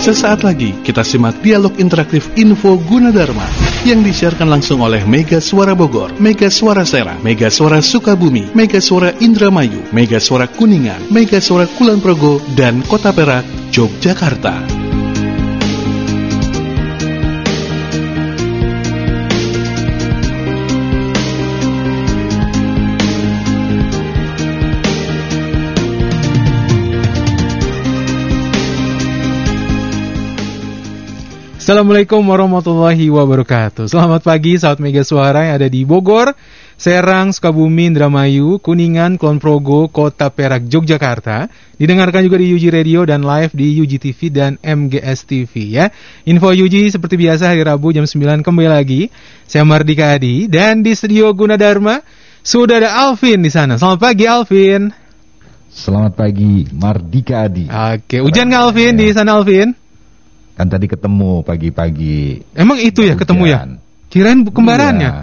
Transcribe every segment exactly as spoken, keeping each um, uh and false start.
Sesaat lagi kita simak dialog interaktif Info Gunadarma yang disiarkan langsung oleh Mega Suara Bogor, Mega Suara Serang, Mega Suara Sukabumi, Mega Suara Indramayu, Mega Suara Kuningan, Mega Suara Kulon Progo, dan Kota Perak, Yogyakarta. Assalamualaikum warahmatullahi wabarakatuh. Selamat pagi sahabat Mega Suara yang ada di Bogor, Serang, Sukabumi, Indramayu, Kuningan, Kulon Progo, Kota Perak, Yogyakarta. Didengarkan juga di U G Radio dan live di U G T V dan M G S T V ya. Info U G seperti biasa hari Rabu jam sembilan kembali lagi. Saya Mardika Adi dan di studio Gunadarma sudah ada Alvin di sana. Selamat pagi Alvin. Selamat pagi Mardika Adi. Oke, hujan nggak Alvin ya. Di sana Alvin? Kan tadi ketemu pagi-pagi. Emang itu ya hujan. Ketemu ya? Kirain kembarannya. Iya.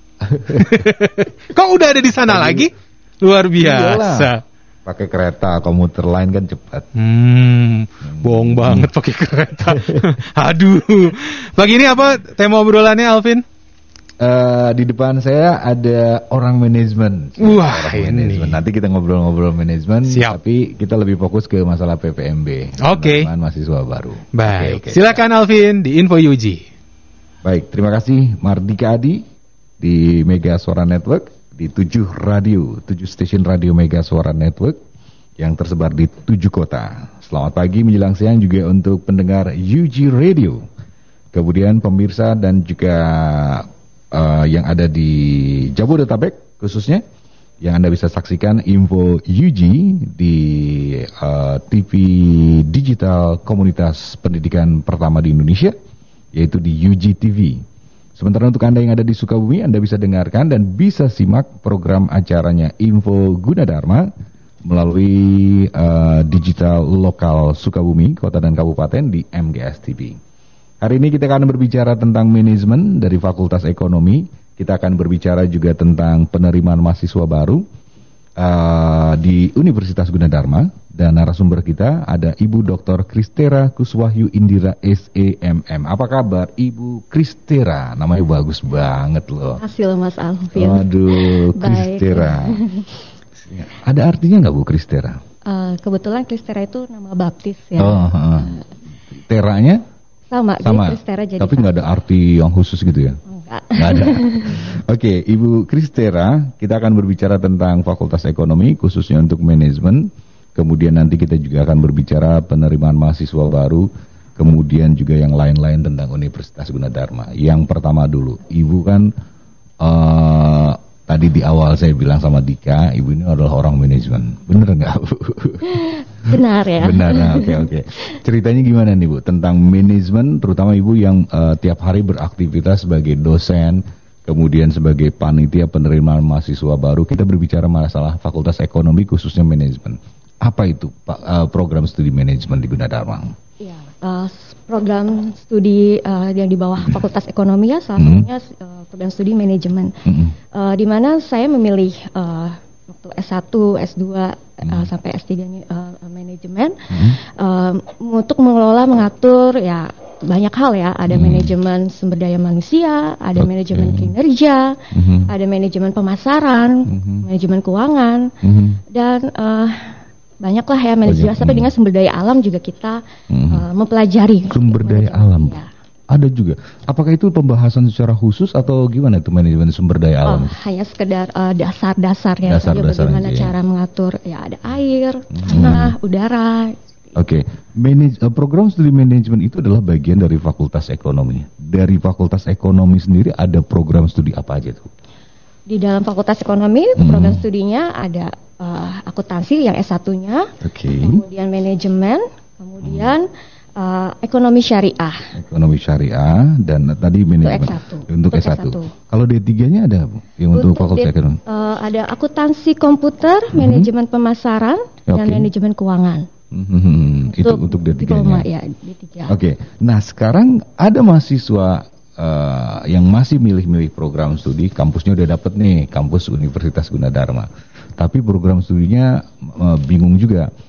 Kok udah ada di sana tadi, lagi? Luar biasa. Pakai kereta komuter lain kan cepat. Hmm, bohong hmm. banget pakai kereta. Aduh. Pagi ini apa tema obrolannya Alvin? Uh, di depan saya ada orang manajemen. Wah, orang ini. Manajemen. Nanti kita ngobrol-ngobrol manajemen, tapi kita lebih fokus ke masalah P P M B. Oke. Okay. Mahasiswa baru. Baik. Okay, okay. Silakan Alvin di Info U G. Baik, terima kasih Mardika Adi di Mega Suara Network di tujuh radio, tujuh stasiun radio Mega Suara Network yang tersebar di tujuh kota. Selamat pagi menjelang siang juga untuk pendengar U G Radio. Kemudian pemirsa dan juga Uh, yang ada di Jabodetabek khususnya, yang Anda bisa saksikan Info U G di uh, T V digital komunitas pendidikan pertama di Indonesia, yaitu di U G T V. Sementara untuk Anda yang ada di Sukabumi, Anda bisa dengarkan dan bisa simak program acaranya Info Gunadarma melalui uh, digital lokal Sukabumi, kota dan kabupaten di M G S T V. Hari ini kita akan berbicara tentang manajemen dari Fakultas Ekonomi. Kita akan berbicara juga tentang penerimaan mahasiswa baru uh, di Universitas Gunadarma. Dan narasumber kita ada Ibu Doktor Kristera Kuswahyu Indira S E M M. Apa kabar Ibu Kristera? Namanya bagus banget loh. Hasil Mas Alvin. Waduh, Kristera. Ada artinya nggak Bu Kristera? Uh, kebetulan Kristera itu nama baptis ya. Oh, uh, teranya? Sama, sama. Kristera jadi tapi nggak ada arti yang khusus gitu ya? Enggak. Nggak ada. Oke, Ibu Kristera, kita akan berbicara tentang Fakultas Ekonomi khususnya untuk manajemen. Kemudian nanti kita juga akan berbicara penerimaan mahasiswa baru. Kemudian juga yang lain-lain tentang Universitas Gunadarma. Yang pertama dulu, Ibu kan uh, tadi di awal saya bilang sama Dika, Ibu ini adalah orang manajemen. Bener nggak Bu? Benar ya. Benar, nah, oke oke. Ceritanya gimana nih Bu tentang manajemen, terutama Ibu yang uh, tiap hari beraktivitas sebagai dosen, kemudian sebagai panitia penerimaan mahasiswa baru. Kita berbicara masalah Fakultas Ekonomi khususnya manajemen. Apa itu Pak uh, program studi manajemen di Gunadarma? Iya, uh, program studi uh, yang di bawah Fakultas Ekonomi ya, salah satunya mm-hmm. uh, program studi manajemen. Mm-hmm. Uh, di mana saya memilih uh, waktu S satu, S dua hmm. uh, sampai S tiga uh, manajemen hmm. uh, untuk mengelola, mengatur ya banyak hal ya. Ada hmm. manajemen sumber daya manusia, ada okay. manajemen kinerja, hmm. ada manajemen pemasaran, hmm. manajemen keuangan, hmm. dan uh, banyaklah ya manajemen sampai dengan sumber daya alam juga kita hmm. uh, mempelajari. Sumber daya alam. Ya. Ada juga. Apakah itu pembahasan secara khusus atau gimana itu manajemen sumber daya alam? Oh, hanya sekedar uh, dasar-dasar ya, dasar, dasar bagaimana aja, cara ya. mengatur ya ada air, tanah, hmm. udara. Oke, okay. Manaj- uh, program studi manajemen itu adalah bagian dari Fakultas Ekonomi. Dari Fakultas Ekonomi sendiri ada program studi apa aja tuh? Di dalam Fakultas Ekonomi hmm. program studinya ada uh, akuntansi yang S satunya, okay. kemudian manajemen, kemudian hmm. Uh, ekonomi syariah. Ekonomi syariah dan tadi manajemen. Untuk S satu. Untuk S satu. Kalau D tiga-nya ada Bu? Yang untuk, untuk Fakultas D- Ekonomi? Uh, ada akuntansi komputer, mm-hmm. manajemen pemasaran, okay. dan manajemen keuangan. Mm-hmm. Itu untuk D tiga-nya. Ya, D tiga. Oke. Okay. Nah, sekarang ada mahasiswa uh, yang masih milih-milih program studi, kampusnya udah dapet nih, kampus Universitas Gunadarma. Tapi program studinya uh, bingung juga.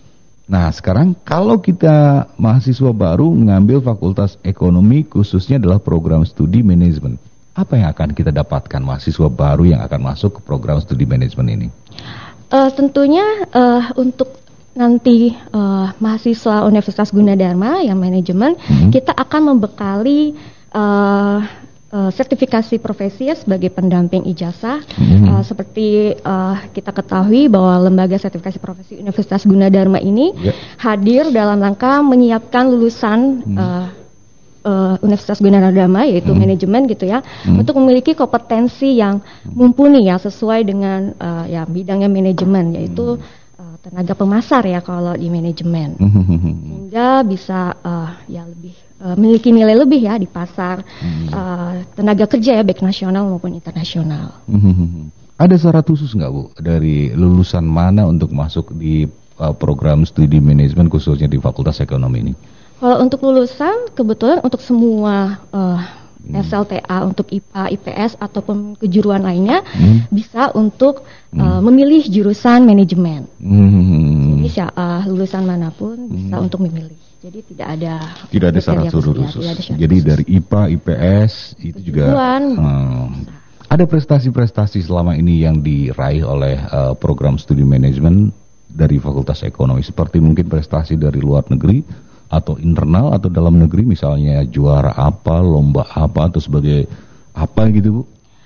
Nah, sekarang kalau kita mahasiswa baru mengambil fakultas ekonomi, khususnya adalah program studi manajemen, apa yang akan kita dapatkan mahasiswa baru yang akan masuk ke program studi manajemen ini? Uh, tentunya uh, untuk nanti uh, mahasiswa Universitas Gunadarma yang manajemen, hmm. kita akan membekali uh, Uh, sertifikasi profesi ya sebagai pendamping ijazah. Mm-hmm. uh, seperti uh, kita ketahui bahwa lembaga sertifikasi profesi Universitas Gunadarma ini yeah. hadir dalam rangka menyiapkan lulusan mm. uh, uh, Universitas Gunadarma yaitu mm. manajemen gitu ya mm. untuk memiliki kompetensi yang mumpuni ya sesuai dengan uh, ya bidangnya manajemen yaitu uh, tenaga pemasar ya kalau di manajemen mm-hmm. sehingga bisa uh, ya lebih Uh, memiliki nilai lebih ya di pasar hmm. uh, tenaga kerja ya baik nasional maupun internasional. Hmm. Ada syarat khusus nggak Bu dari lulusan mana untuk masuk di uh, program studi manajemen khususnya di Fakultas Ekonomi ini? Kalau untuk lulusan kebetulan untuk semua uh, hmm. S L T A untuk I P A, I P S ataupun kejuruan lainnya hmm. bisa untuk uh, hmm. memilih jurusan manajemen. Hmm. Jadi uh, lulusan manapun hmm. bisa untuk memilih. Jadi tidak ada tidak ada syarat khusus. Ya, Jadi khusus. Dari I P A, I P S itu juga hmm, ada prestasi-prestasi selama ini yang diraih oleh uh, program studi manajemen dari Fakultas Ekonomi, seperti mungkin prestasi dari luar negeri atau internal atau dalam negeri, misalnya juara apa, lomba apa atau sebagai apa gitu Bu?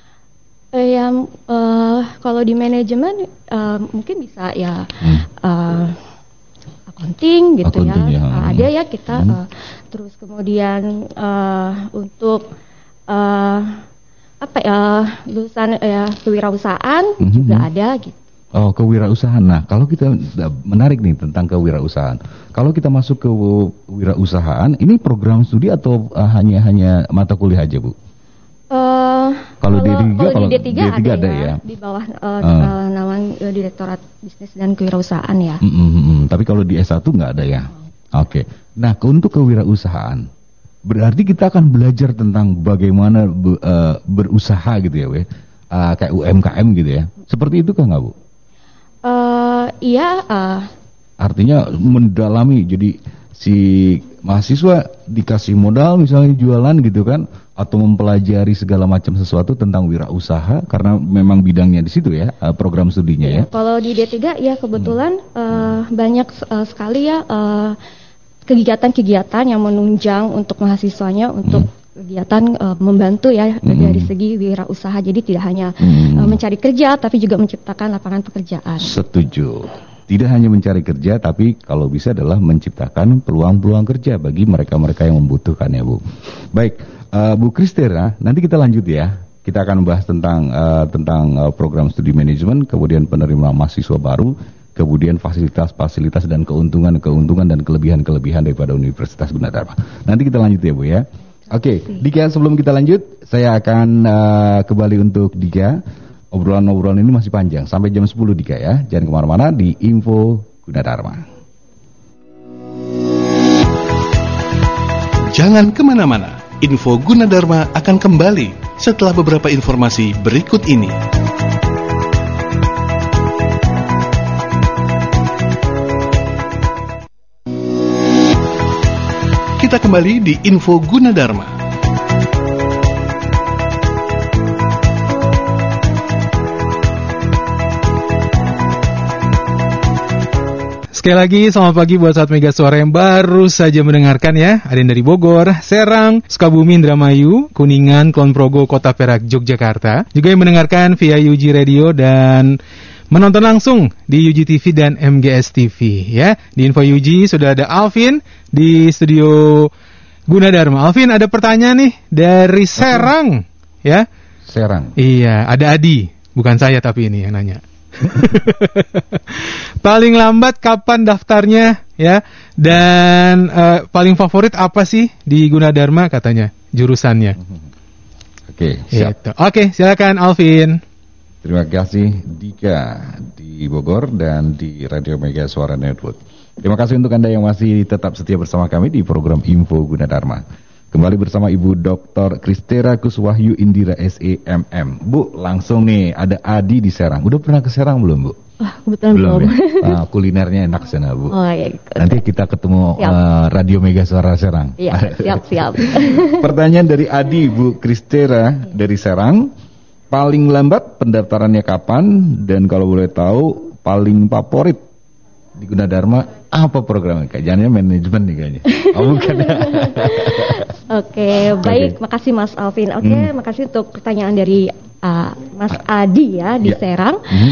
Eh, ya, uh, kalau di manajemen uh, mungkin bisa ya. Hmm. Uh, accounting gitu accounting, ya, ya. Uh, ada ya kita hmm. uh, terus kemudian uh, untuk uh, apa ya lulusan ya kewirausahaan hmm. juga ada gitu. Oh, kewirausahaan. Nah, kalau kita menarik nih tentang kewirausahaan. Kalau kita masuk ke kewirausahaan, ini program studi atau uh, hanya hanya mata kuliah aja, Bu? Uh, kalau, kalau D tiga, kalau di D tiga, D tiga ada, ada ya, ya di bawah uh, uh. naungan uh, Direktorat Bisnis dan Kewirausahaan ya. Mm -hmm. Tapi kalau di S satu nggak ada ya. Oh. Oke. Okay. Nah, untuk kewirausahaan berarti kita akan belajar tentang bagaimana be, uh, berusaha gitu ya, we. Uh, kayak U M K M gitu ya. Seperti itu kan nggak Bu? Uh, iya. Uh. Artinya mendalami, jadi si mahasiswa dikasih modal misalnya jualan gitu kan, atau mempelajari segala macam sesuatu tentang wirausaha karena memang bidangnya di situ ya, program studinya ya. Ya kalau di D tiga ya kebetulan hmm. uh, banyak uh, sekali ya uh, kegiatan-kegiatan yang menunjang untuk mahasiswanya untuk hmm. kegiatan uh, membantu ya hmm. dari segi wirausaha. Jadi tidak hanya hmm. uh, mencari kerja tapi juga menciptakan lapangan pekerjaan. Setuju. Tidak hanya mencari kerja, tapi kalau bisa adalah menciptakan peluang-peluang kerja bagi mereka-mereka yang membutuhkan ya Bu. Baik, uh, Bu Kristera, nanti kita lanjut ya. Kita akan membahas tentang uh, tentang uh, program studi manajemen, kemudian penerimaan mahasiswa baru, kemudian fasilitas-fasilitas dan keuntungan-keuntungan dan kelebihan-kelebihan daripada Universitas Gunadarma. Nanti kita lanjut ya Bu ya. Oke, okay, Dika, sebelum kita lanjut, saya akan uh, kembali untuk Dika. Obrolan-obrolan ini masih panjang sampai jam sepuluh Dika ya. Jangan kemana-mana di Info Gunadarma. Jangan kemana-mana. Info Gunadarma akan kembali setelah beberapa informasi berikut ini. Kita kembali di Info Gunadarma. Sekali lagi, selamat pagi buat sahabat Mega Suara yang baru saja mendengarkan ya. Ada yang dari Bogor, Serang, Sukabumi, Indramayu, Kuningan, Kulon Progo, Kota Perak, Yogyakarta. Juga yang mendengarkan via U G Radio dan menonton langsung di U G T V dan M G S T V ya. Di Info U G sudah ada Alvin di studio Gunadarma. Alvin, ada pertanyaan nih dari Serang ya. Serang. Iya, ada Adi, bukan saya tapi ini yang nanya. Paling lambat kapan daftarnya ya? Dan uh, paling favorit apa sih di Gunadarma katanya jurusannya? Oke, siap. Gitu. Oke, silakan Alvin. Terima kasih Dika di Bogor dan di Radio Mega Suara Network. Terima kasih untuk Anda yang masih tetap setia bersama kami di program Info Gunadarma. Kembali bersama Ibu Doktor Kristera Kuswahyu Indira S E M M. Bu, langsung nih ada Adi di Serang. Udah pernah ke Serang belum Bu? Oh, kebetulan belum. belum. Ya? Uh, kulinernya enak sana, Bu. Oh iya. Nanti kita ketemu uh, Radio Mega Suara Serang. Iya, siap siap. Pertanyaan dari Adi, Bu Kristera dari Serang. Paling lambat pendaftarannya kapan? Dan kalau boleh tahu paling favorit di Gunadarma apa programnya? Kayaknya manajemen nih kayaknya. Oh bukan. Oke, baik. Okay. Makasih Mas Alvin. Oke, okay, hmm. makasih untuk pertanyaan dari uh, Mas Adi ya di yeah. Serang. Hmm.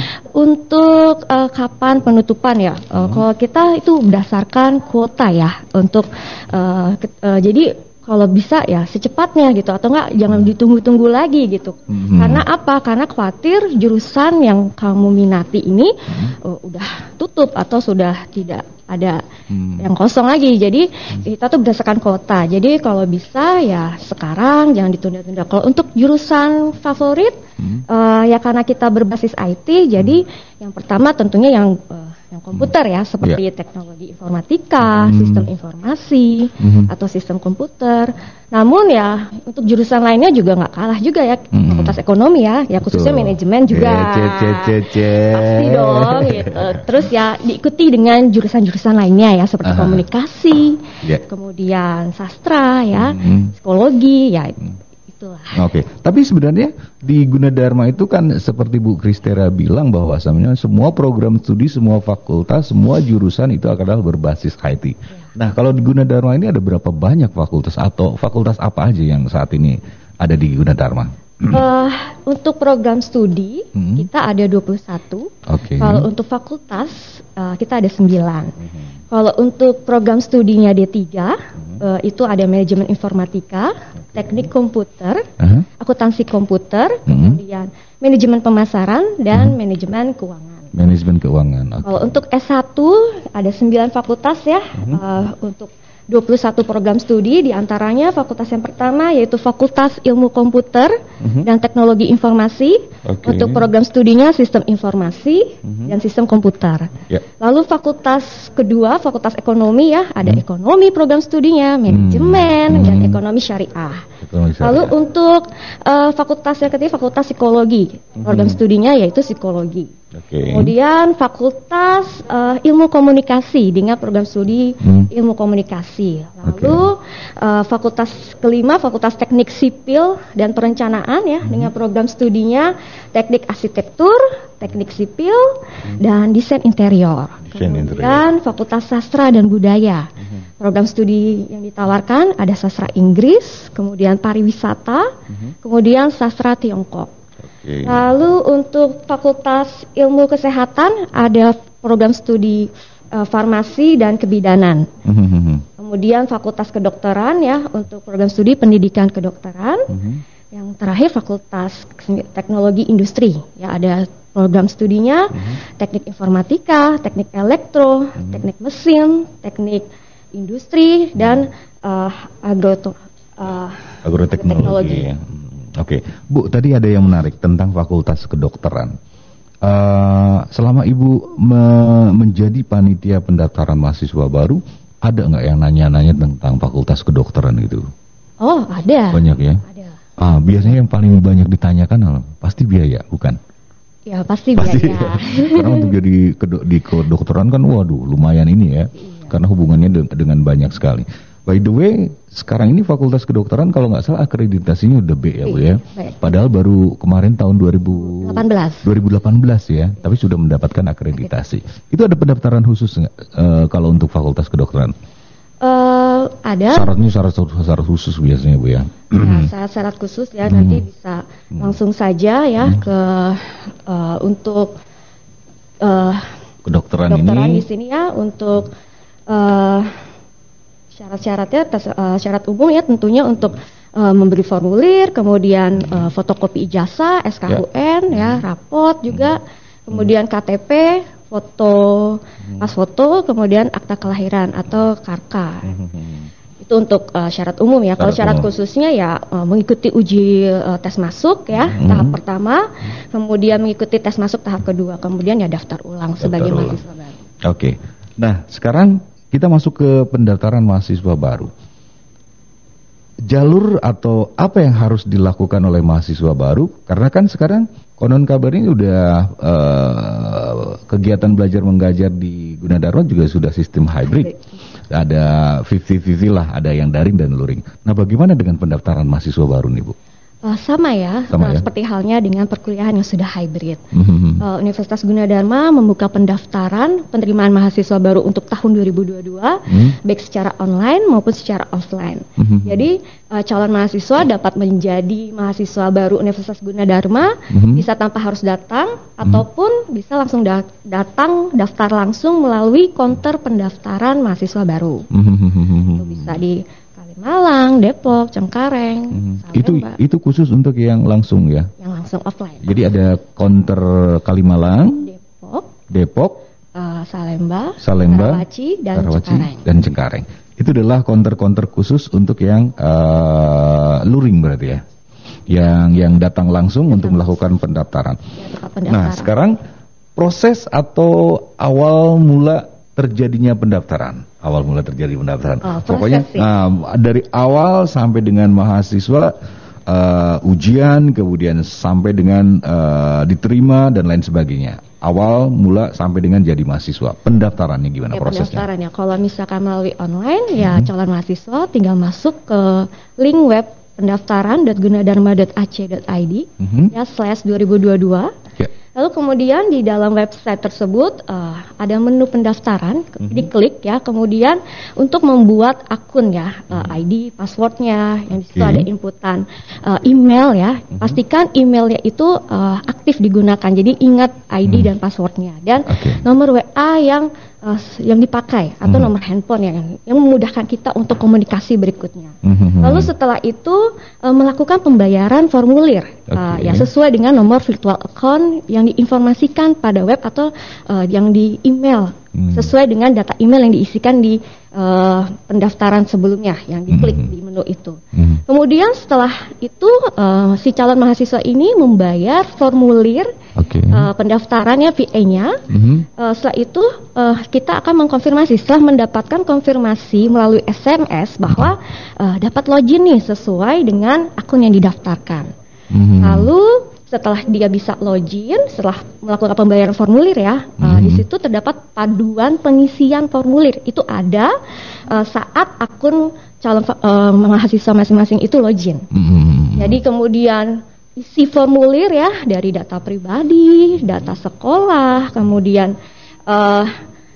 Untuk uh, kapan penutupan ya? Uh, hmm. Kalau kita itu berdasarkan kuota ya. Untuk uh, ke, uh, jadi kalau bisa ya secepatnya gitu, atau enggak jangan ditunggu-tunggu lagi gitu. Hmm. Karena apa? Karena khawatir jurusan yang kamu minati ini hmm. uh, udah tutup atau sudah tidak ada hmm. yang kosong lagi. Jadi hmm. kita tuh berdasarkan kuota. Jadi kalau bisa ya sekarang, jangan ditunda-tunda. Kalau untuk jurusan favorit hmm. uh, ya karena kita berbasis I T, jadi hmm. yang pertama tentunya yang uh, yang komputer ya, seperti yeah. teknologi informatika, hmm. sistem informasi, hmm. atau sistem komputer. Namun ya untuk jurusan lainnya juga nggak kalah juga ya, hmm. fakultas ekonomi ya, ya khususnya Betul. manajemen juga. C, C, C, C. Pasti dong gitu. Terus ya diikuti dengan jurusan-jurusan lainnya ya, seperti Aha. komunikasi, yeah. kemudian sastra ya, hmm. psikologi ya. Hmm. Oke, okay. Tapi sebenarnya di Gunadarma itu kan seperti Bu Kristera bilang bahwasannya semua program studi, semua fakultas, semua jurusan itu adalah berbasis I T. Ya. Nah, kalau di Gunadarma ini ada berapa banyak fakultas atau fakultas apa aja yang saat ini ada di Gunadarma? Uh, untuk program studi hmm. kita ada dua puluh satu. Okay. Kalau untuk fakultas uh, kita ada sembilan. Hmm. Kalau untuk program studinya D tiga hmm. uh, itu ada manajemen informatika, teknik komputer, uh-huh. akuntansi komputer, hmm. kemudian manajemen pemasaran dan hmm. manajemen keuangan. Manajemen keuangan. Okay. Kalau untuk S satu ada sembilan fakultas ya. Hmm. Uh, untuk dua puluh satu program studi, diantaranya fakultas yang pertama yaitu Fakultas Ilmu Komputer uh-huh. dan Teknologi Informasi. Okay. Untuk program studinya Sistem Informasi uh-huh. dan Sistem Komputer. Yeah. Lalu fakultas kedua, Fakultas Ekonomi ya, ada uh-huh. Ekonomi program studinya, Manajemen uh-huh. dan Ekonomi Syariah. Ekonomi Syariah. Lalu untuk uh, fakultas yang ketiga, Fakultas Psikologi, uh-huh. program studinya yaitu Psikologi. Okay. Kemudian Fakultas uh, Ilmu Komunikasi dengan program studi hmm. Ilmu Komunikasi. Lalu okay. uh, Fakultas kelima, Fakultas Teknik Sipil dan Perencanaan ya, hmm. dengan program studinya Teknik Arsitektur, Teknik Sipil, hmm. dan Desain Interior. Desain Kemudian interior. Fakultas Sastra dan Budaya. Hmm. Program studi yang ditawarkan ada Sastra Inggris, kemudian Pariwisata, hmm. kemudian Sastra Tiongkok. Okay. Lalu untuk Fakultas Ilmu Kesehatan ada program studi uh, farmasi dan kebidanan. Mm-hmm. Kemudian Fakultas Kedokteran ya untuk program studi pendidikan kedokteran. Mm-hmm. Yang terakhir Fakultas Teknologi Industri ya, ada program studinya mm-hmm. teknik informatika, teknik elektro, mm-hmm. teknik mesin, teknik industri dan uh, agro uh, agroteknologi. Oke, okay. Bu, tadi ada yang menarik tentang Fakultas Kedokteran. Uh, selama Ibu me- menjadi panitia pendaftaran mahasiswa baru, ada nggak yang nanya-nanya tentang Fakultas Kedokteran gitu? Oh, ada. Banyak ya? Ada. Ah, biasanya yang paling banyak ditanyakan pasti biaya, bukan? Ya, pasti, pasti biaya. Karena untuk jadi kedo- di kedokteran kan, waduh, lumayan ini ya. Iya. Karena hubungannya de- dengan banyak sekali. By the way, sekarang ini Fakultas Kedokteran kalau nggak salah akreditasinya udah B ya Bu ya. Baik. Padahal baru kemarin tahun dua ribu delapan belas ya, tapi sudah mendapatkan akreditasi. Itu ada pendaftaran khusus nggak uh, kalau untuk Fakultas Kedokteran? Uh, ada. Syaratnya syarat syarat khusus biasanya Bu ya. Ya, syarat-syarat khusus ya, hmm. nanti bisa langsung saja ya hmm. ke uh, untuk uh, kedokteran, kedokteran ini. di sini ya untuk uh, syarat-syaratnya uh, syarat umum ya tentunya untuk uh, memberi formulir, kemudian uh, fotokopi ijazah, S K U N ya, ya rapot juga, kemudian K T P, foto pas foto, kemudian akta kelahiran atau K A R K A. Itu untuk uh, syarat umum ya. Kalau syarat khususnya ya uh, mengikuti uji uh, tes masuk ya hmm. tahap pertama, kemudian mengikuti tes masuk tahap kedua, kemudian ya daftar ulang daftar sebagai ulang. mahasiswa baru. Oke. Okay. Nah, sekarang kita masuk ke pendaftaran mahasiswa baru. jalur atau apa yang harus dilakukan oleh mahasiswa baru? Karena kan sekarang konon kabarnya udah uh, kegiatan belajar mengajar di Gunadarma juga sudah sistem hybrid. Ada lima puluh lima puluh lah, ada yang daring dan luring. Nah, bagaimana dengan pendaftaran mahasiswa baru nih, Bu? Uh, sama ya, sama uh, ya, seperti halnya dengan perkuliahan yang sudah hybrid. Mm-hmm. uh, Universitas Gunadarma membuka pendaftaran penerimaan mahasiswa baru untuk tahun dua ribu dua puluh dua, mm-hmm. baik secara online maupun secara offline. Mm-hmm. Jadi uh, calon mahasiswa dapat menjadi mahasiswa baru Universitas Gunadarma, mm-hmm. bisa tanpa harus datang, mm-hmm. ataupun bisa langsung da- datang daftar langsung melalui konter pendaftaran mahasiswa baru. Mm-hmm. Itu bisa di Malang, Depok, Cengkareng. Hmm. Itu itu khusus untuk yang langsung ya? Yang langsung offline. Jadi ada konter Kalimalang, Depok, Depok, uh, Salemba, Salemba, Karawaci, dan Karawaci, Cengkareng. Dan Cengkareng. Itu adalah konter-konter khusus untuk yang uh, luring berarti ya? Yang yang datang langsung datang untuk melakukan pendaftaran. Ya, pendaftaran. Nah, sekarang proses atau awal mula terjadinya pendaftaran. Awal mula terjadi pendaftaran. Oh, pokoknya uh, dari awal sampai dengan mahasiswa uh, ujian, kemudian sampai dengan uh, diterima dan lain sebagainya. Awal mula sampai dengan jadi mahasiswa. Pendaftarannya gimana ya, prosesnya? Pendaftarannya kalau misalkan melalui online ya hmm. calon mahasiswa tinggal masuk ke link web pendaftaran dot gunadarma dot a c dot i d hmm. ya slash dua ribu dua puluh dua. Ya. Lalu kemudian di dalam website tersebut uh, ada menu pendaftaran, mm-hmm. diklik ya, kemudian untuk membuat akun ya, uh, I D, passwordnya, yang di situ okay. ada inputan uh, email ya, mm-hmm. pastikan emailnya itu uh, aktif digunakan, jadi ingat I D mm-hmm. dan passwordnya, dan okay. nomor W A yang uh, yang dipakai atau mm-hmm. nomor handphone yang yang memudahkan kita untuk komunikasi berikutnya. Mm-hmm. Lalu setelah itu uh, melakukan pembayaran formulir, okay. uh, ya sesuai dengan nomor virtual account yang diinformasikan pada web atau uh, yang di email hmm. sesuai dengan data email yang diisikan di uh, pendaftaran sebelumnya yang diklik hmm. di menu itu. Hmm. Kemudian setelah itu uh, si calon mahasiswa ini membayar formulir okay. uh, pendaftarannya V A-nya. Hmm. Uh, setelah itu uh, kita akan mengkonfirmasi setelah mendapatkan konfirmasi melalui S M S bahwa uh, dapat login nih sesuai dengan akun yang didaftarkan. Hmm. Lalu setelah dia bisa login, setelah melakukan pembayaran formulir ya, mm-hmm. uh, di situ terdapat paduan pengisian formulir. Itu ada uh, saat akun calon uh, mahasiswa masing-masing itu login. Mm-hmm. Jadi kemudian isi formulir ya dari data pribadi, data sekolah, kemudian uh,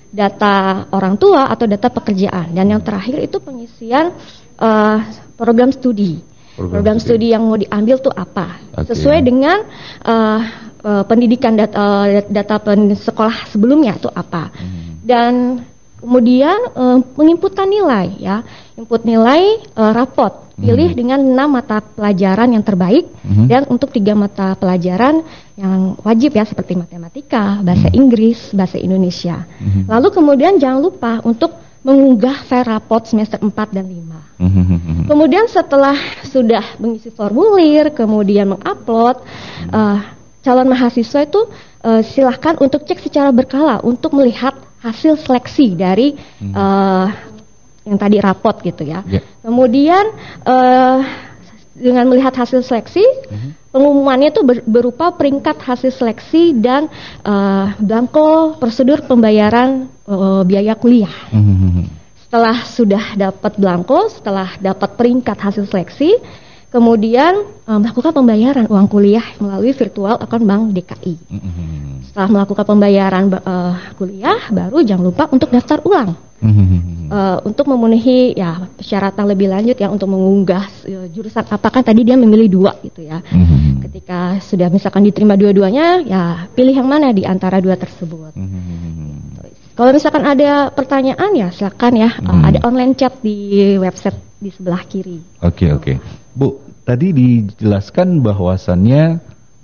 data orang tua atau data pekerjaan. Dan yang terakhir itu pengisian uh, program studi. Program, program studi yang mau diambil tuh apa? Okay. Sesuai dengan uh, uh, pendidikan data, uh, data pen sekolah sebelumnya tuh apa? Hmm. Dan kemudian uh, menginputkan nilai ya, input nilai uh, rapot. Pilih hmm. dengan enam mata pelajaran yang terbaik hmm. dan untuk tiga mata pelajaran yang wajib ya seperti matematika, bahasa hmm. Inggris, bahasa Indonesia. Hmm. Lalu kemudian jangan lupa untuk mengunggah file rapot semester empat dan lima. Mm-hmm. Kemudian setelah sudah mengisi formulir, kemudian mengupload, uh, calon mahasiswa itu uh, silahkan untuk cek secara berkala untuk melihat hasil seleksi dari mm-hmm. uh, yang tadi rapot gitu ya. Yeah. Kemudian uh, dengan melihat hasil seleksi, mm-hmm. pengumumannya itu ber, berupa peringkat hasil seleksi dan uh, blanko prosedur pembayaran uh, biaya kuliah. Mm-hmm. Setelah sudah dapat blanko, setelah dapat peringkat hasil seleksi, kemudian uh, melakukan pembayaran uang kuliah melalui virtual account Bank D K I. Mm-hmm. Setelah melakukan pembayaran uh, kuliah, baru jangan lupa untuk daftar ulang. Mm-hmm. Uh, untuk memenuhi ya persyaratan lebih lanjut ya untuk mengunggah uh, jurusan apa, kan tadi dia memilih dua gitu ya. Mm-hmm. Ketika sudah misalkan diterima dua-duanya, ya pilih yang mana di antara dua tersebut. Mm-hmm. Kalau misalkan ada pertanyaan ya silakan ya, mm-hmm. uh, ada online chat di website di sebelah kiri. Oke okay, oke, okay. Bu, tadi dijelaskan bahwasannya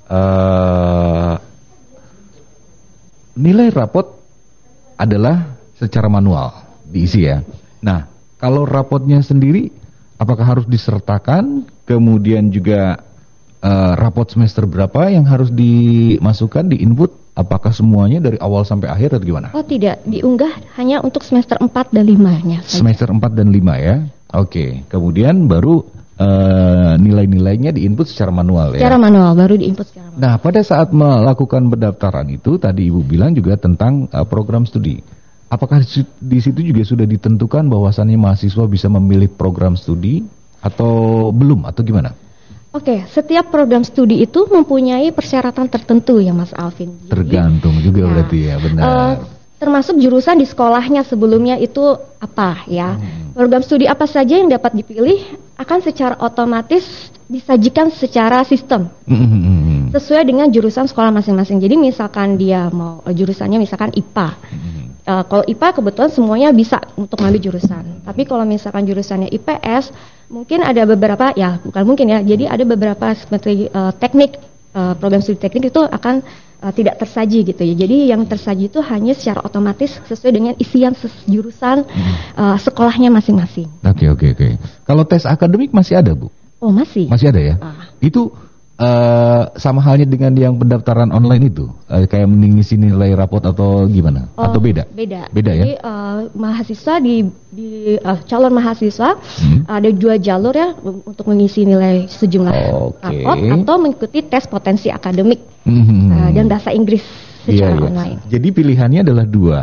uh, nilai rapot adalah secara manual diisi ya. Nah, kalau rapotnya sendiri, apakah harus disertakan? Kemudian juga uh, rapot semester berapa yang harus dimasukkan, di-input? Apakah semuanya dari awal sampai akhir atau gimana? Oh tidak, diunggah hanya untuk semester empat dan lima-nya saja. Semester empat dan lima ya? Oke, kemudian baru uh, nilai-nilainya diinput secara manual ya. Secara manual, baru diinput secara manual. Nah, pada saat melakukan pendaftaran itu tadi Ibu bilang juga tentang uh, program studi. Apakah di situ juga sudah ditentukan bahwasannya mahasiswa bisa memilih program studi atau belum atau gimana? Oke, setiap program studi itu mempunyai persyaratan tertentu ya Mas Alvin. Jadi, tergantung juga ya, berarti ya, benar. Uh, termasuk jurusan di sekolahnya sebelumnya itu apa ya. Hmm. Program studi apa saja yang dapat dipilih akan secara otomatis disajikan secara sistem. Hmm. Sesuai dengan jurusan sekolah masing-masing. Jadi misalkan dia mau jurusannya misalkan I P A. Hmm. Uh, kalau I P A kebetulan semuanya bisa untuk ngambil jurusan. Tapi kalau misalkan jurusannya I P S, mungkin ada beberapa, ya bukan mungkin ya, jadi ada beberapa seperti uh, teknik, uh, program studi teknik itu akan uh, tidak tersaji gitu ya. Jadi yang tersaji itu hanya secara otomatis sesuai dengan isian jurusan uh, sekolahnya masing-masing. Oke, oke, oke. Kalau tes akademik masih ada, Bu? Oh, masih. Masih ada ya? Ah. Itu Uh, sama halnya dengan yang pendaftaran online itu, uh, kayak mengisi nilai rapot atau gimana? Oh, atau beda? Beda. Beda Jadi, ya? Uh, mahasiswa di, di uh, calon mahasiswa hmm. ada dua jalur ya untuk mengisi nilai sejumlah okay. rapot atau mengikuti tes potensi akademik hmm. uh, dan bahasa Inggris secara iya, iya. online. Jadi pilihannya adalah dua.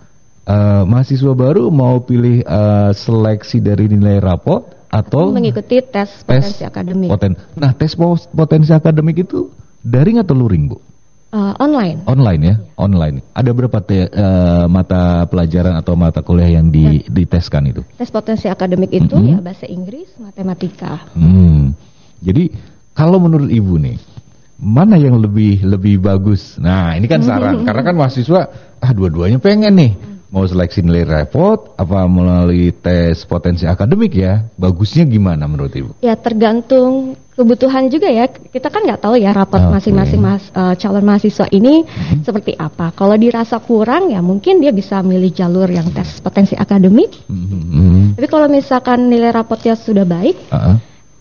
Uh, mahasiswa baru mau pilih uh, seleksi dari nilai rapot atau mengikuti tes potensi tes akademik. Poten. Nah, tes potensi akademik itu daring atau luring, Bu? Uh, online. Online ya, yeah. Online. Ada berapa te, uh, mata pelajaran atau mata kuliah yang di, yeah. diteskan itu? Tes potensi akademik itu mm-hmm. ya bahasa Inggris, matematika. Hmm. Jadi kalau menurut Ibu nih, mana yang lebih lebih bagus? Nah, ini kan saran. Karena kan mahasiswa, ah dua-duanya pengen nih. Mau seleksi nilai rapot apa melalui tes potensi akademik ya? Bagusnya gimana menurut Ibu? Ya tergantung kebutuhan juga ya. Kita kan nggak tahu ya rapot okay. masing-masing mas, uh, calon mahasiswa ini hmm. seperti apa. Kalau dirasa kurang ya mungkin dia bisa milih jalur yang tes potensi akademik. Hmm. Tapi kalau misalkan nilai rapotnya sudah baik, uh-huh.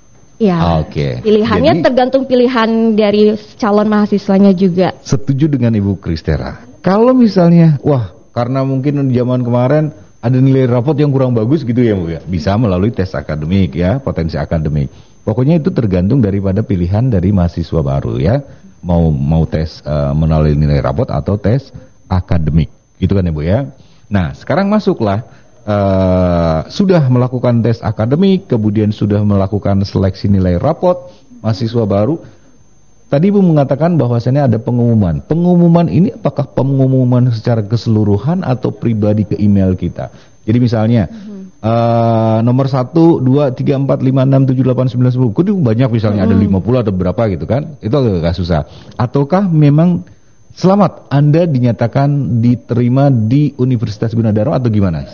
ya okay. pilihannya Jadi, tergantung pilihan dari calon mahasiswanya juga. Setuju dengan Ibu Kristera. Kalau misalnya, wah karena mungkin zaman kemarin ada nilai rapot yang kurang bagus gitu ya Bu ya. Bisa melalui tes akademik ya, potensi akademik. Pokoknya itu tergantung daripada pilihan dari mahasiswa baru ya. Mau mau tes uh, melalui nilai rapot atau tes akademik. Gitu kan ya Bu ya. Nah, sekarang masuklah uh, sudah melakukan tes akademik, kemudian sudah melakukan seleksi nilai rapot mahasiswa baru. Tadi Ibu mengatakan bahwasannya ada pengumuman. Pengumuman ini apakah pengumuman secara keseluruhan atau pribadi ke email kita? Jadi misalnya mm-hmm. uh, nomor satu, dua, tiga, empat, lima, enam, tujuh, delapan, sembilan, sepuluh. Itu banyak misalnya mm-hmm. ada lima puluh atau berapa gitu kan. Itu agak susah. Ataukah memang selamat Anda dinyatakan diterima di Universitas Gunadarma atau gimana?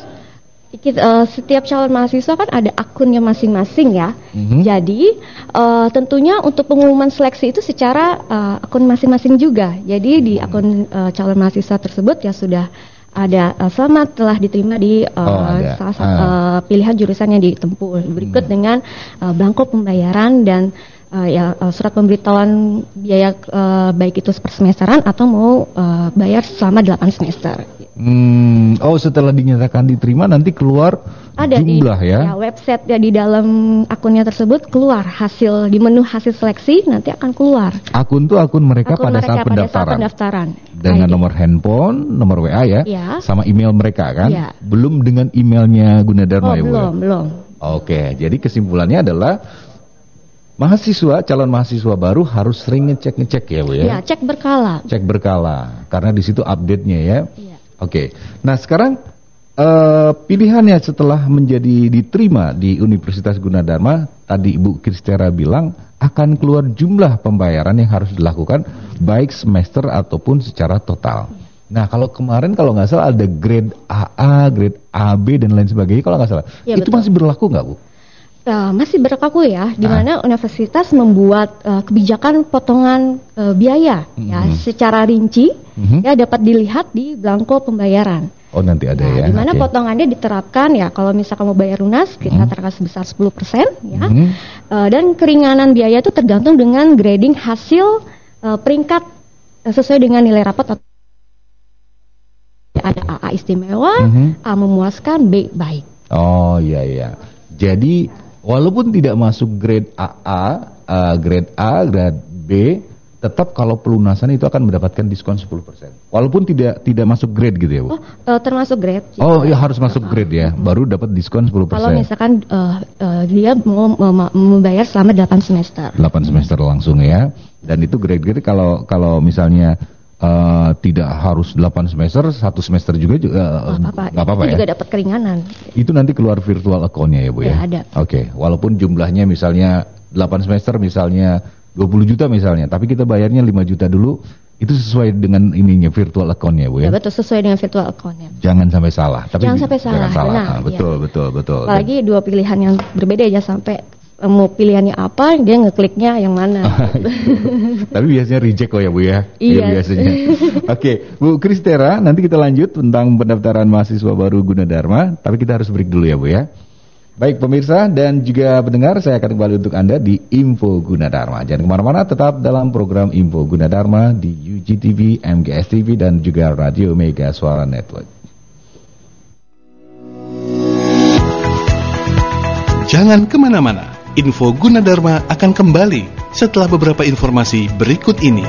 Uh, setiap calon mahasiswa kan ada akunnya masing-masing ya. Mm-hmm. Jadi uh, tentunya untuk pengumuman seleksi itu secara uh, akun masing-masing juga. Jadi di akun uh, calon mahasiswa tersebut ya sudah ada uh, selamat telah diterima di uh, oh, salah satu ah. uh, pilihan jurusan yang ditempuh. Berikut hmm. dengan uh, belangko pembayaran dan uh, ya uh, surat pemberitahuan biaya uh, baik itu per semesteran atau mau uh, bayar selama delapan semester. Hmm, oh setelah dinyatakan diterima nanti keluar ada jumlah di, ya? ya website ya di dalam akunnya tersebut keluar hasil di menu hasil seleksi nanti akan keluar. Akun tuh akun mereka, akun pada, mereka saat pada saat pendaftaran. Dengan I D. Nomor handphone, nomor W A ya, ya, sama email mereka kan? Ya. Belum dengan emailnya Gunadarma oh, ya Bu? Belum, belum. Oke, jadi kesimpulannya adalah mahasiswa, calon mahasiswa baru harus sering ngecek-ngecek ya Bu ya? Ya, cek berkala. Cek berkala, karena di situ update-nya ya. Ya. Oke, nah sekarang uh, pilihannya setelah menjadi diterima di Universitas Gunadarma, tadi Ibu Kristera bilang akan keluar jumlah pembayaran yang harus dilakukan baik semester ataupun secara total. Nah kalau kemarin kalau nggak salah ada grade A A, grade A B dan lain sebagainya kalau nggak salah, ya, itu betul. Masih berlaku nggak Bu? Uh, masih berlaku ya, di mana ah. universitas membuat uh, kebijakan potongan uh, biaya mm-hmm. ya secara rinci mm-hmm. ya dapat dilihat di belangko pembayaran. Oh nanti ada nah, ya. Di mana okay. potongannya diterapkan ya kalau misalkan mau bayar lunas kita mm-hmm. terkena sebesar sepuluh persen ya. Mm-hmm. Uh, dan keringanan biaya itu tergantung dengan grading hasil uh, peringkat uh, sesuai dengan nilai rapot atau ada A A istimewa, mm-hmm. A memuaskan, B baik. Oh iya iya. Jadi walaupun tidak masuk grade A A, uh, grade A, grade B, tetap kalau pelunasan itu akan mendapatkan diskon sepuluh persen. Walaupun tidak tidak masuk grade gitu ya, Bu? Oh, uh, termasuk grade. Oh, iya harus masuk grade ya, hmm. baru dapat diskon sepuluh persen. Kalau misalkan uh, uh, dia mau membayar selama delapan semester. delapan semester langsung ya. Dan itu grade-grade kalau kalau misalnya uh, tidak harus delapan semester, satu semester juga uh, nggak apa-apa ya. Juga dapat keringanan. Itu nanti keluar virtual account-nya ya, Bu ya. Ya ada. Oke, okay. Walaupun jumlahnya misalnya delapan semester misalnya dua puluh juta misalnya, tapi kita bayarnya lima juta dulu, itu sesuai dengan ininya virtual account-nya, Bu ya? Ya betul, sesuai dengan virtual account-nya. Jangan sampai salah. Tapi jangan sampai salah, jangan salah. Nah, nah, betul, ya. betul, betul. Apalagi dua pilihan yang berbeda ya, sampai mau pilihannya apa, dia ngekliknya yang mana. Tapi biasanya reject kok ya, Bu ya? Iya. Ya, biasanya. Oke, okay. Bu Kristera, nanti kita lanjut tentang pendaftaran mahasiswa baru Gunadarma, tapi kita harus break dulu ya, Bu ya? Baik pemirsa dan juga pendengar, saya akan kembali untuk Anda di Info Gunadarma. Jangan kemana-mana, tetap dalam program Info Gunadarma di U G T V, M G S T V, dan juga Radio Mega Suara Network. Jangan kemana-mana, Info Gunadarma akan kembali setelah beberapa informasi berikut ini.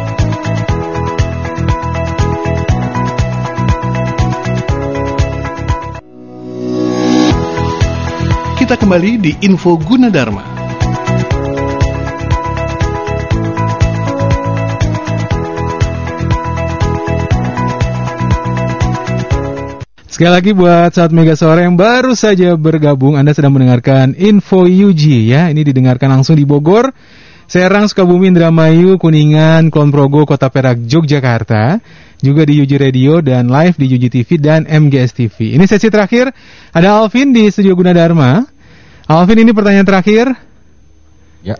Kita kembali di Info Gunadarma. Sekali lagi buat sahabat Mega Suara yang baru saja bergabung, Anda sedang mendengarkan Info U G ya. Ini didengarkan langsung di Bogor, Serang, Sukabumi, Indramayu, Kuningan, Kulon Progo, Kota Perak, Yogyakarta. Juga di U G Radio dan live di U G T V dan M G S T V. Ini sesi terakhir, ada Alvin di Studio Gunadarma. Alvin, ini pertanyaan terakhir. Ya.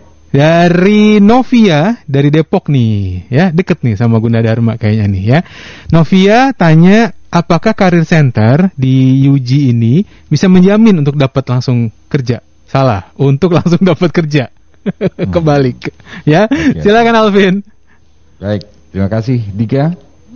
Dari Novia, dari Depok nih, ya deket nih sama Gunadarma kayaknya nih ya. Novia tanya, apakah Career Center di U G ini bisa menjamin untuk dapat langsung kerja? Salah, untuk langsung dapat kerja. Hmm. Kebalik, ya. ya. Silakan Alvin. Baik, terima kasih Dika.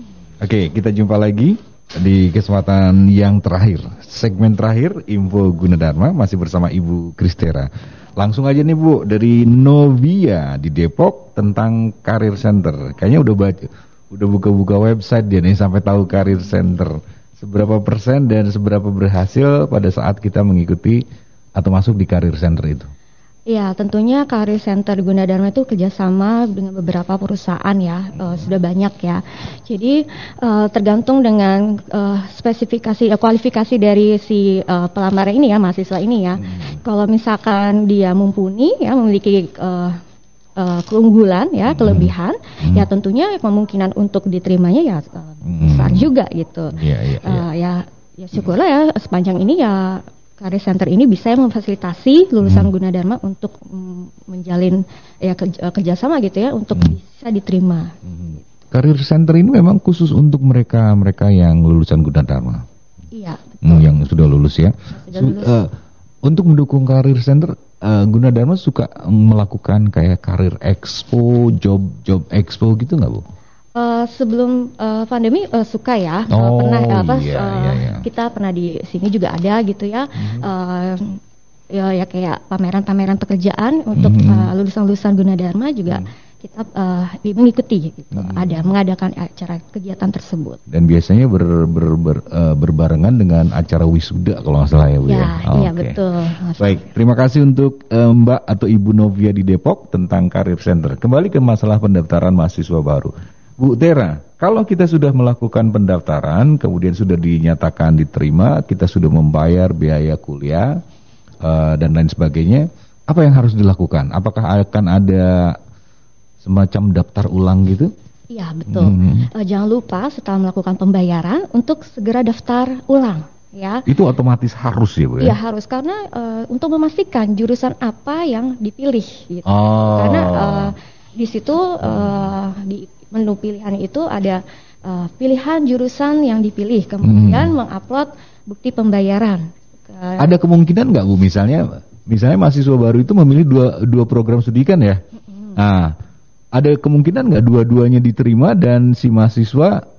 Oke, kita jumpa lagi di kesempatan yang terakhir, segmen terakhir Info Gunadarma, masih bersama Ibu Kristera. Langsung aja nih Bu, dari Novia di Depok tentang Career Center. Kayaknya udah baca, udah buka-buka website dia nih sampai tahu Career Center. Seberapa persen dan seberapa berhasil pada saat kita mengikuti atau masuk di Career Center itu? Ya, tentunya Career Center Gunadarma itu kerjasama dengan beberapa perusahaan ya, uh, sudah banyak ya. Jadi uh, tergantung dengan uh, spesifikasi, uh, kualifikasi dari si uh, pelamar ini ya, mahasiswa ini ya. Hmm. Kalau misalkan dia mumpuni ya, memiliki uh, uh, keunggulan ya, hmm. kelebihan, hmm. ya tentunya kemungkinan untuk diterimanya ya uh, besar hmm. juga gitu. Yeah, yeah, yeah. Uh, ya, ya syukurlah ya sepanjang ini ya. Career Center ini bisa memfasilitasi lulusan hmm. Gunadarma untuk mm, menjalin ya kerja, kerjasama gitu ya untuk hmm. bisa diterima. Hmm. Career Center ini memang khusus untuk mereka mereka yang lulusan Gunadarma. Iya. Hmm, yang sudah lulus ya. Sudah lulus. Uh, untuk mendukung Career Center, uh, Gunadarma suka melakukan kayak Career Expo, job job expo gitu nggak Bu? Uh, sebelum uh, pandemi uh, suka ya, oh, uh, pernah uh, pas iya, uh, iya, iya. kita pernah di sini juga ada gitu ya, mm-hmm. uh, ya, ya kayak pameran-pameran pekerjaan untuk mm-hmm. uh, lulusan-lulusan Gunadarma juga mm-hmm. kita uh, mengikuti gitu, mm-hmm. ada mengadakan acara kegiatan tersebut. Dan biasanya ber, ber, ber, uh, berbarengan dengan acara wisuda kalau nggak salah ya Bu ya. Ya, oh, iya okay. betul. Baik, terima kasih untuk uh, Mbak atau Ibu Novia di Depok tentang Career Center. Kembali ke masalah pendaftaran mahasiswa baru. Bu Tera, kalau kita sudah melakukan pendaftaran, kemudian sudah dinyatakan diterima, kita sudah membayar biaya kuliah uh, dan lain sebagainya, apa yang harus dilakukan? Apakah akan ada semacam daftar ulang gitu? Iya betul. Mm-hmm. Uh, jangan lupa setelah melakukan pembayaran untuk segera daftar ulang. Ya. Itu otomatis harus ya Bu ya? Iya harus, karena uh, untuk memastikan jurusan apa yang dipilih. Gitu. Oh. Karena uh, di situ uh, di menu pilihan itu ada uh, pilihan jurusan yang dipilih, kemudian hmm. mengupload bukti pembayaran. Uh, ada kemungkinan nggak Bu, misalnya misalnya mahasiswa baru itu memilih dua dua program studi kan ya? Hmm. Nah, ada kemungkinan nggak dua-duanya diterima dan si mahasiswa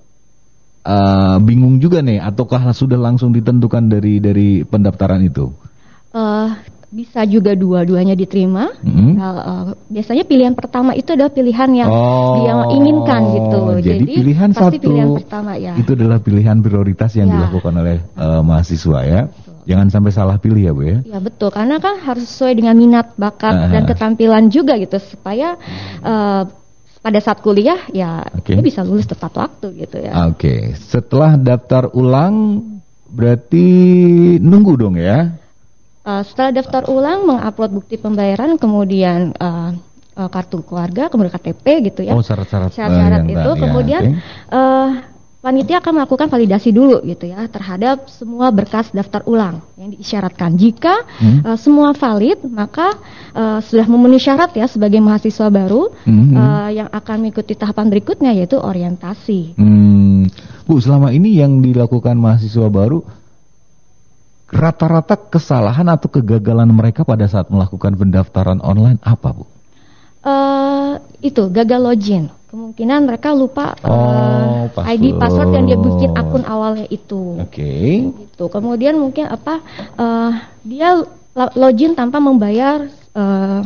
uh, bingung juga nih, ataukah sudah langsung ditentukan dari dari pendaftaran itu? Uh, bisa juga dua-duanya diterima. Mm-hmm. Nah, uh, biasanya pilihan pertama itu adalah pilihan yang oh, dia inginkan gitu. Jadi, jadi pilihan pasti satu pilihan pertama ya. itu adalah pilihan prioritas yang ya. dilakukan oleh uh, mahasiswa ya. Betul. Jangan sampai salah pilih ya Bu ya. Ya betul, karena kan harus sesuai dengan minat, bakat uh-huh. dan ketampilan juga gitu supaya uh, pada saat kuliah ya okay. dia bisa lulus tepat waktu gitu ya. Oke, okay. Setelah daftar ulang berarti nunggu dong ya? Uh, setelah daftar ulang, mengupload bukti pembayaran, kemudian uh, uh, kartu keluarga, kemudian K T P gitu ya. Oh syarat-syarat. Syarat-syarat uh, itu, ya, kemudian okay. uh, panitia akan melakukan validasi dulu gitu ya terhadap semua berkas daftar ulang yang diisyaratkan. Jika hmm. uh, semua valid, maka uh, sudah memenuhi syarat ya sebagai mahasiswa baru hmm. uh, yang akan mengikuti tahapan berikutnya yaitu orientasi. Hmm. Bu, selama ini yang dilakukan mahasiswa baru rata-rata kesalahan atau kegagalan mereka pada saat melakukan pendaftaran online apa, Bu? Uh, itu gagal login. Kemungkinan mereka lupa oh, uh, I D password yang dia bikin akun awalnya itu. Oke. Okay. Gitu. Kemudian mungkin apa uh, dia login tanpa membayar uh,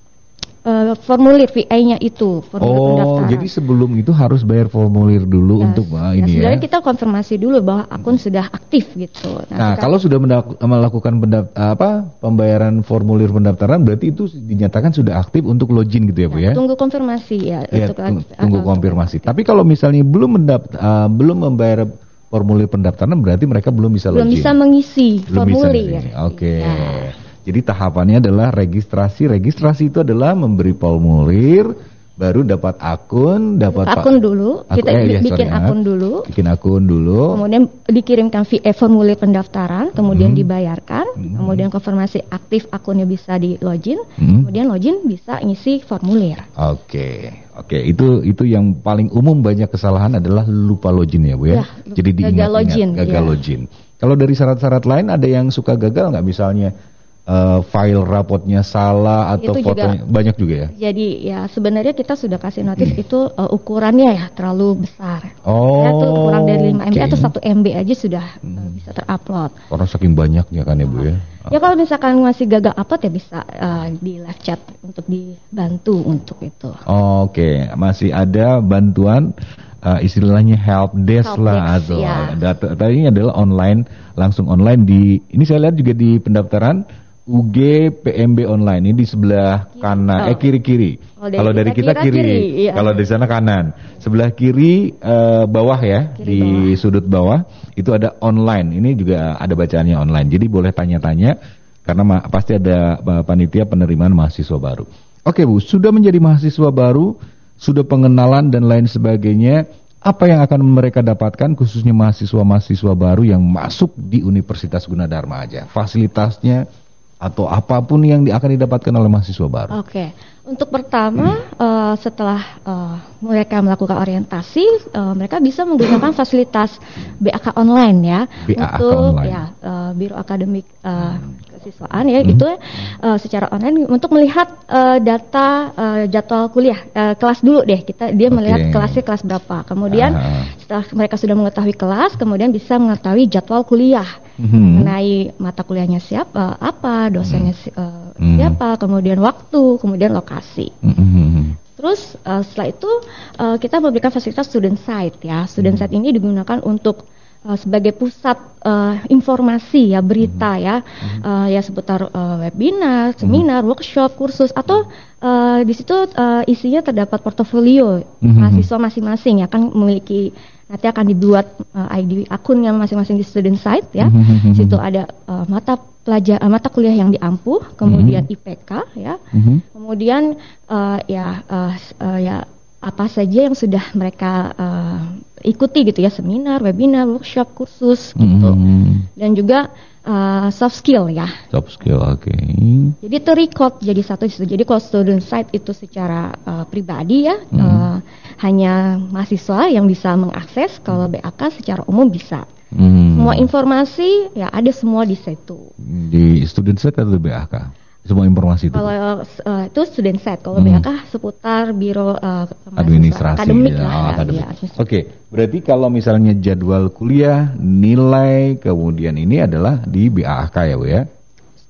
uh, formulir V I-nya itu, formulir oh, pendaftaran. Jadi sebelum itu harus bayar formulir dulu yes. untuk uh, ini ya. Sebenarnya kita konfirmasi dulu bahwa akun sudah aktif gitu. Nah, nah kalau sudah mendak- melakukan pendapt- apa pembayaran formulir pendaftaran berarti itu dinyatakan sudah aktif untuk login gitu ya, Bu ya. Tunggu konfirmasi ya. ya untuk tunggu, tunggu konfirmasi. Okay. Tapi kalau misalnya belum mendapt- uh, belum membayar formulir pendaftaran berarti mereka belum bisa belum login. Bisa mengisi belum formulir. Bisa Oke. Okay. Ya. Jadi tahapannya adalah registrasi. Registrasi itu adalah memberi formulir, baru dapat akun, dapat akun dulu. Aku, kita eh, ya, bikin sorry, akun ya. dulu. Bikin akun dulu. Kemudian dikirimkan V I formulir pendaftaran, kemudian hmm. dibayarkan, hmm. kemudian konfirmasi aktif akunnya bisa di login, hmm. kemudian login bisa ngisi formulir. Oke. Oke, itu itu yang paling umum banyak kesalahan adalah lupa login ya, Bu ya. ya Jadi diingat-ingat gagal login. Gagal ya. login. Kalau dari syarat-syarat lain ada yang suka gagal nggak, misalnya Uh, file rapotnya salah atau itu fotonya juga, banyak juga ya. Jadi ya sebenarnya kita sudah kasih notis hmm. itu uh, ukurannya ya terlalu besar. Oh. Ya, itu kurang dari lima M B okay. atau satu M B aja sudah hmm. uh, bisa terupload. Karena saking banyaknya kan ya, Bu ya. Ya kalau misalkan masih gagal upload ya bisa uh, di live chat untuk dibantu untuk itu. Oh, Oke, okay. Masih ada bantuan uh, istilahnya help desk help lah desk, atau ya. Data tadi adalah online, langsung online di ini saya lihat juga di pendaftaran U G P M B online ini di sebelah kanan, oh. eh kiri-kiri. Oh, kalau dari kita, kita kiri, kiri iya. Kalau dari sana kanan. Sebelah kiri uh, bawah ya, kiri di bawah. Sudut bawah itu ada online. Ini juga ada bacaannya online. Jadi boleh tanya-tanya karena ma- pasti ada uh, panitia penerimaan mahasiswa baru. Oke Bu, sudah menjadi mahasiswa baru, sudah pengenalan dan lain sebagainya. Apa yang akan mereka dapatkan khususnya mahasiswa-mahasiswa baru yang masuk di Universitas Gunadarma aja? Fasilitasnya atau apapun yang akan didapatkan oleh mahasiswa baru. Oke, okay. Untuk pertama hmm. uh, setelah uh, mereka melakukan orientasi, uh, mereka bisa menggunakan fasilitas B A K online ya, B A K untuk online. ya uh, Biro Akademik uh, Kesiswaan ya, hmm. itu uh, secara online untuk melihat uh, data uh, jadwal kuliah uh, kelas dulu deh kita dia okay. melihat kelasnya kelas berapa. Kemudian uh. setelah mereka sudah mengetahui kelas, kemudian bisa mengetahui jadwal kuliah. Hmm. Mengenai mata kuliahnya siapa, apa, dosennya hmm. uh, hmm. siapa, kemudian waktu, kemudian lokasi. Hmm. Terus uh, setelah itu uh, kita memberikan fasilitas student site ya. Student hmm. site ini digunakan untuk uh, sebagai pusat uh, informasi ya, berita hmm. ya, hmm. Uh, ya seputar uh, webinar, seminar, hmm. workshop, kursus atau uh, di situ uh, isinya terdapat portofolio hmm. mahasiswa masing-masing ya, kan memiliki. Nanti akan dibuat uh, I D akunnya masing-masing di student site ya. Mm-hmm. Situ ada uh, mata pelajar uh, mata kuliah yang diampuh, kemudian mm-hmm. I P K ya. Mm-hmm. Kemudian uh, ya uh, uh, ya apa saja yang sudah mereka uh, ikuti gitu ya, seminar, webinar, workshop, kursus gitu. Mm-hmm. Dan juga uh, soft skill ya. Soft skill, oke. Okay. Jadi terrecord jadi satu situ. Jadi kalau student site itu secara uh, pribadi ya, mm-hmm. uh, hanya mahasiswa yang bisa mengakses. Kalau B A K secara umum bisa. Mm-hmm. Semua informasi ya ada semua di situ. Di student site atau B A K? Semua informasi itu. Kalau uh, itu student set, kalau hmm. B A K seputar biro uh, administrasi akademik ya, lah. Oh, ya, akademik. Ya, Oke, okay. Berarti kalau misalnya jadwal kuliah, nilai, kemudian ini adalah di B A K ya Bu ya?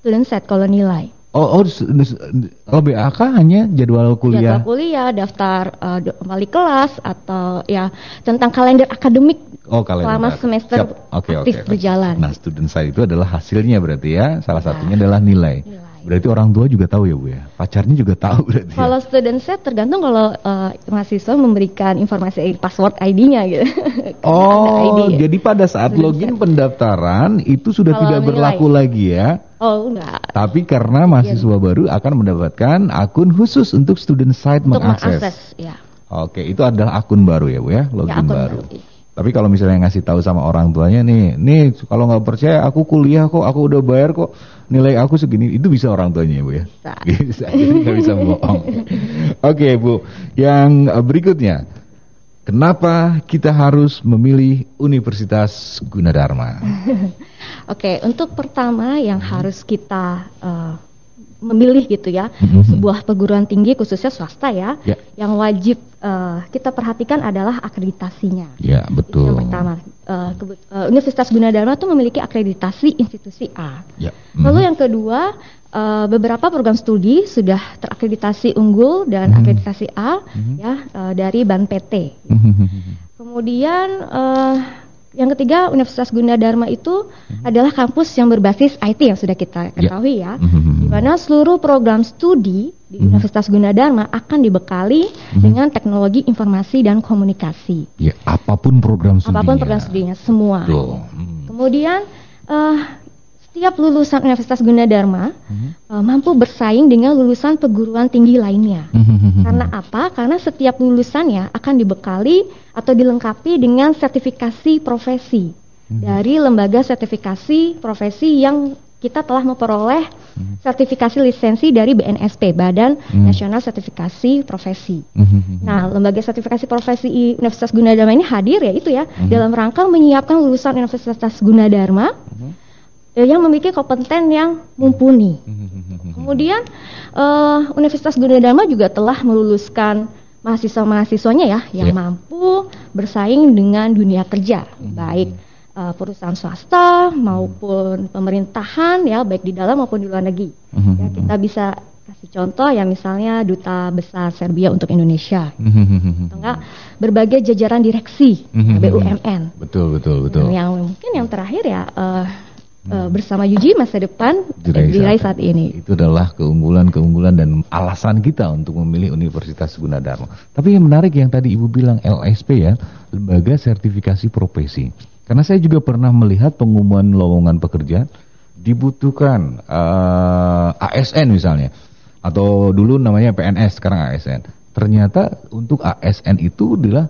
student set kalau nilai. Oh, oh, kalau B A K hanya jadwal kuliah. Jadwal kuliah, daftar uh, wali kelas atau ya tentang kalender akademik. Oh, kalender. Selama semester okay, aktif okay. berjalan. Nah, student side itu adalah hasilnya berarti ya. Salah nah, satunya adalah nilai. nilai. Berarti orang tua juga tahu ya Bu ya. Pacarnya juga tahu berarti. Kalau ya? Student set tergantung kalau uh, mahasiswa memberikan informasi password I D-nya gitu. Oh, I D, jadi pada saat student login set. Pendaftaran itu sudah kalau tidak nilai. Berlaku lagi ya. Oh, enggak. Tapi karena mahasiswa ya. Baru akan mendapatkan akun khusus untuk student site untuk mengakses. mengakses ya. Oke, itu adalah akun baru ya Bu ya, login ya, baru. baru. Tapi kalau misalnya ngasih tahu sama orang tuanya nih, nih kalau nggak percaya aku kuliah kok, aku udah bayar kok, nilai aku segini, itu bisa orang tuanya Bu ya? Bisa. Bisa, jadi nggak bisa bohong. Oke Bu, yang berikutnya, kenapa kita harus memilih Universitas Gunadarma? Oke, untuk pertama yang hmm. harus kita uh, memilih gitu ya, mm-hmm. sebuah perguruan tinggi khususnya swasta ya, yeah. yang wajib uh, kita perhatikan adalah akreditasinya. Ya, yeah, betul. Itu yang pertama, uh, ke- uh, Universitas Gunadarma itu memiliki akreditasi institusi A. Yeah. Mm-hmm. Lalu yang kedua, uh, beberapa program studi sudah terakreditasi unggul dan mm-hmm. akreditasi A mm-hmm. ya uh, dari B A N P T. Mm-hmm. Kemudian uh, yang ketiga, Universitas Gunadarma itu mm-hmm. adalah kampus yang berbasis I T yang sudah kita ketahui yeah. ya, mm-hmm. di mana seluruh program studi di mm-hmm. Universitas Gunadarma akan dibekali mm-hmm. dengan teknologi informasi dan komunikasi. Ya, apapun program studinya. Apapun program studinya, semua. Mm-hmm. Kemudian uh, setiap lulusan Universitas Gunadarma mm-hmm. uh, mampu bersaing dengan lulusan perguruan tinggi lainnya. Mm-hmm. Karena apa? Karena setiap lulusannya akan dibekali atau dilengkapi dengan sertifikasi profesi mm-hmm. dari lembaga sertifikasi profesi yang kita telah memperoleh mm-hmm. sertifikasi lisensi dari B N S P, Badan mm-hmm. Nasional Sertifikasi Profesi. Mm-hmm. Nah, lembaga sertifikasi profesi Universitas Gunadarma ini hadir ya itu ya mm-hmm. dalam rangka menyiapkan lulusan Universitas Gunadarma mm-hmm. yang memiliki kompeten yang mumpuni. Kemudian uh, Universitas Gunadarma juga telah meluluskan mahasiswa-mahasiswanya ya yang yeah. mampu bersaing dengan dunia kerja, mm-hmm. baik uh, perusahaan swasta maupun pemerintahan ya, baik di dalam maupun di luar negeri. Mm-hmm. Ya, kita bisa kasih contoh ya misalnya Duta Besar Serbia untuk Indonesia, mm-hmm. atau enggak berbagai jajaran direksi mm-hmm. B U M N. Betul betul betul. Dan yang mungkin yang terakhir ya. Uh, Uh, bersama Yuji masa depan diraih saat, saat ini. Itu adalah keunggulan-keunggulan dan alasan kita untuk memilih Universitas Gunadarma. Tapi yang menarik yang tadi Ibu bilang L S P ya, Lembaga Sertifikasi Profesi. Karena saya juga pernah melihat pengumuman lowongan pekerjaan dibutuhkan uh, A S N misalnya, atau dulu namanya P N S, sekarang A S N. Ternyata untuk A S N itu adalah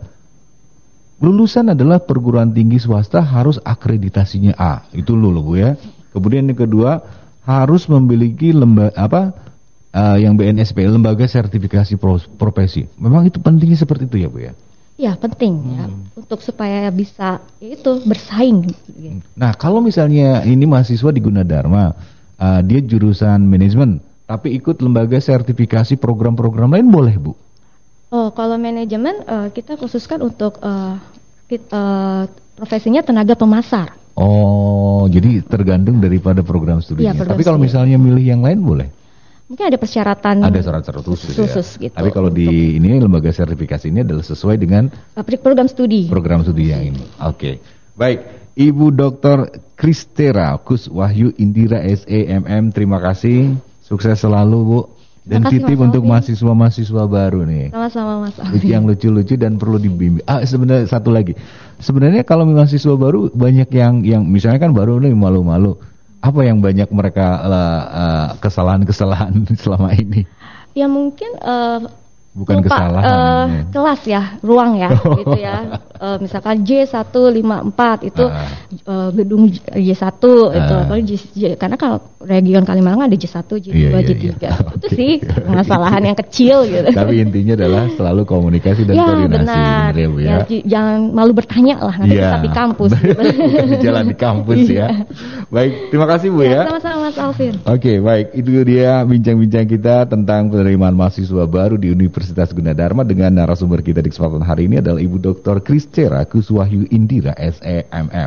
lulusan adalah perguruan tinggi swasta harus akreditasinya A, itu dulu Bu ya. Kemudian yang kedua harus memiliki lembaga apa uh, yang B N S P, Lembaga Sertifikasi Profesi. Memang itu pentingnya seperti itu ya Bu ya. Ya penting hmm. ya untuk supaya bisa itu bersaing. Nah kalau misalnya ini mahasiswa di Gunadarma, uh, dia jurusan manajemen, tapi ikut lembaga sertifikasi program-program lain boleh Bu? Oh, kalau manajemen uh, kita khususkan untuk uh, kita, uh, profesinya tenaga pemasar. Oh, jadi tergantung daripada program studinya. Ya, program Tapi kalau studi. Misalnya milih yang lain boleh? Mungkin ada persyaratan. Ada syarat-syarat khusus, khusus ya. Gitu. Tapi kalau di ini lembaga sertifikasi ini adalah sesuai dengan uh, program studi. Program studi yang ini. Oke, okay. Baik. Ibu Doktor Kristera Kuswahyu Indira S E M M, terima kasih. Sukses selalu Bu. Dan titip untuk mahasiswa-mahasiswa baru nih. Sama-sama Mas Alvin. Yang lucu-lucu dan perlu dibimbing. Ah sebenarnya satu lagi. Sebenarnya kalau mahasiswa baru banyak yang yang misalnya kan baru nih malu-malu. Apa yang banyak mereka uh, uh, kesalahan-kesalahan selama ini? Ya mungkin uh, bukan lupa, kesalahan uh, ya. Kelas ya, ruang ya gitu ya. Uh, misalkan J seratus lima puluh empat itu uh. Uh, gedung J satu uh. itu kalau J, J, karena kalau region Kalimantan ada J satu, J dua, iya, J tiga. Iya. Itu okay. sih kesalahan yang kecil gitu. Tapi intinya adalah selalu komunikasi dan ya, koordinasi. Benar. Ya, Bu, ya. Ya, j- jangan malu bertanya lah nanti ya. Tetap di kampus. Gitu. Bukan di jalan di kampus ya. Baik, terima kasih Bu ya. ya. Sama-sama Mas Alvin. Oke, okay, baik. Itu dia bincang-bincang kita tentang penerimaan mahasiswa baru di Universitas Gunadarma dengan narasumber kita di kesempatan hari ini adalah Ibu Doktor Kristera Kuswahyu Indira S E M M.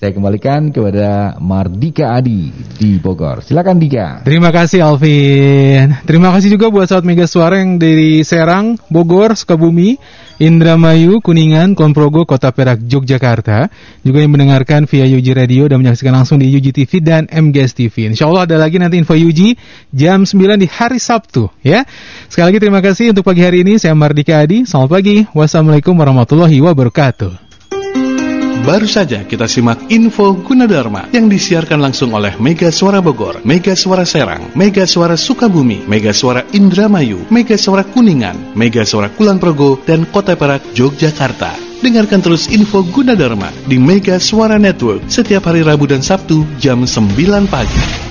Saya kembalikan kepada Mardika Adi di Bogor. Silakan Dika. Terima kasih Alvin. Terima kasih juga buat sahabat Mega Suara yang dari Serang, Bogor, Sukabumi, Indramayu, Kuningan, Kulon Progo, Kota Perak, Yogyakarta. Juga yang mendengarkan via U J Radio dan menyaksikan langsung di U J T V dan M G S T V. Insya Allah ada lagi nanti info U J jam sembilan di hari Sabtu ya. Sekali lagi terima kasih untuk pagi hari ini. Saya Mardika Adi. Selamat pagi. Wassalamualaikum warahmatullahi wabarakatuh. Baru saja kita simak info Gunadarma yang disiarkan langsung oleh Mega Suara Bogor, Mega Suara Serang, Mega Suara Sukabumi, Mega Suara Indramayu, Mega Suara Kuningan, Mega Suara Kulon Progo, dan Kota Perak, Yogyakarta. Dengarkan terus info Gunadarma di Mega Suara Network setiap hari Rabu dan Sabtu jam sembilan pagi.